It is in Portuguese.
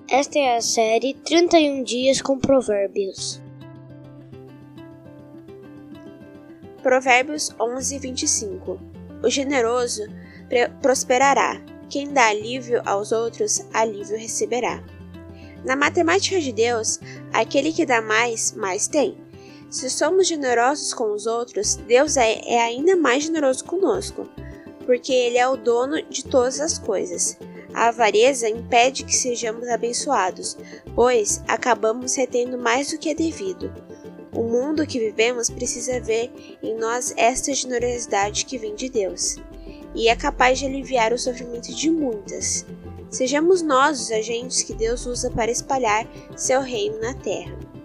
Esta é a série 31 Dias com Provérbios. Provérbios 11:25. O generoso prosperará. Quem dá alívio aos outros, alívio receberá. Na matemática de Deus, aquele que dá mais tem. Se somos generosos com os outros, Deus é ainda mais generoso conosco, porque Ele é o dono de todas as coisas. A avareza impede que sejamos abençoados, pois acabamos retendo mais do que é devido. O mundo que vivemos precisa ver em nós esta generosidade que vem de Deus, e é capaz de aliviar o sofrimento de muitas. Sejamos nós os agentes que Deus usa para espalhar seu reino na terra.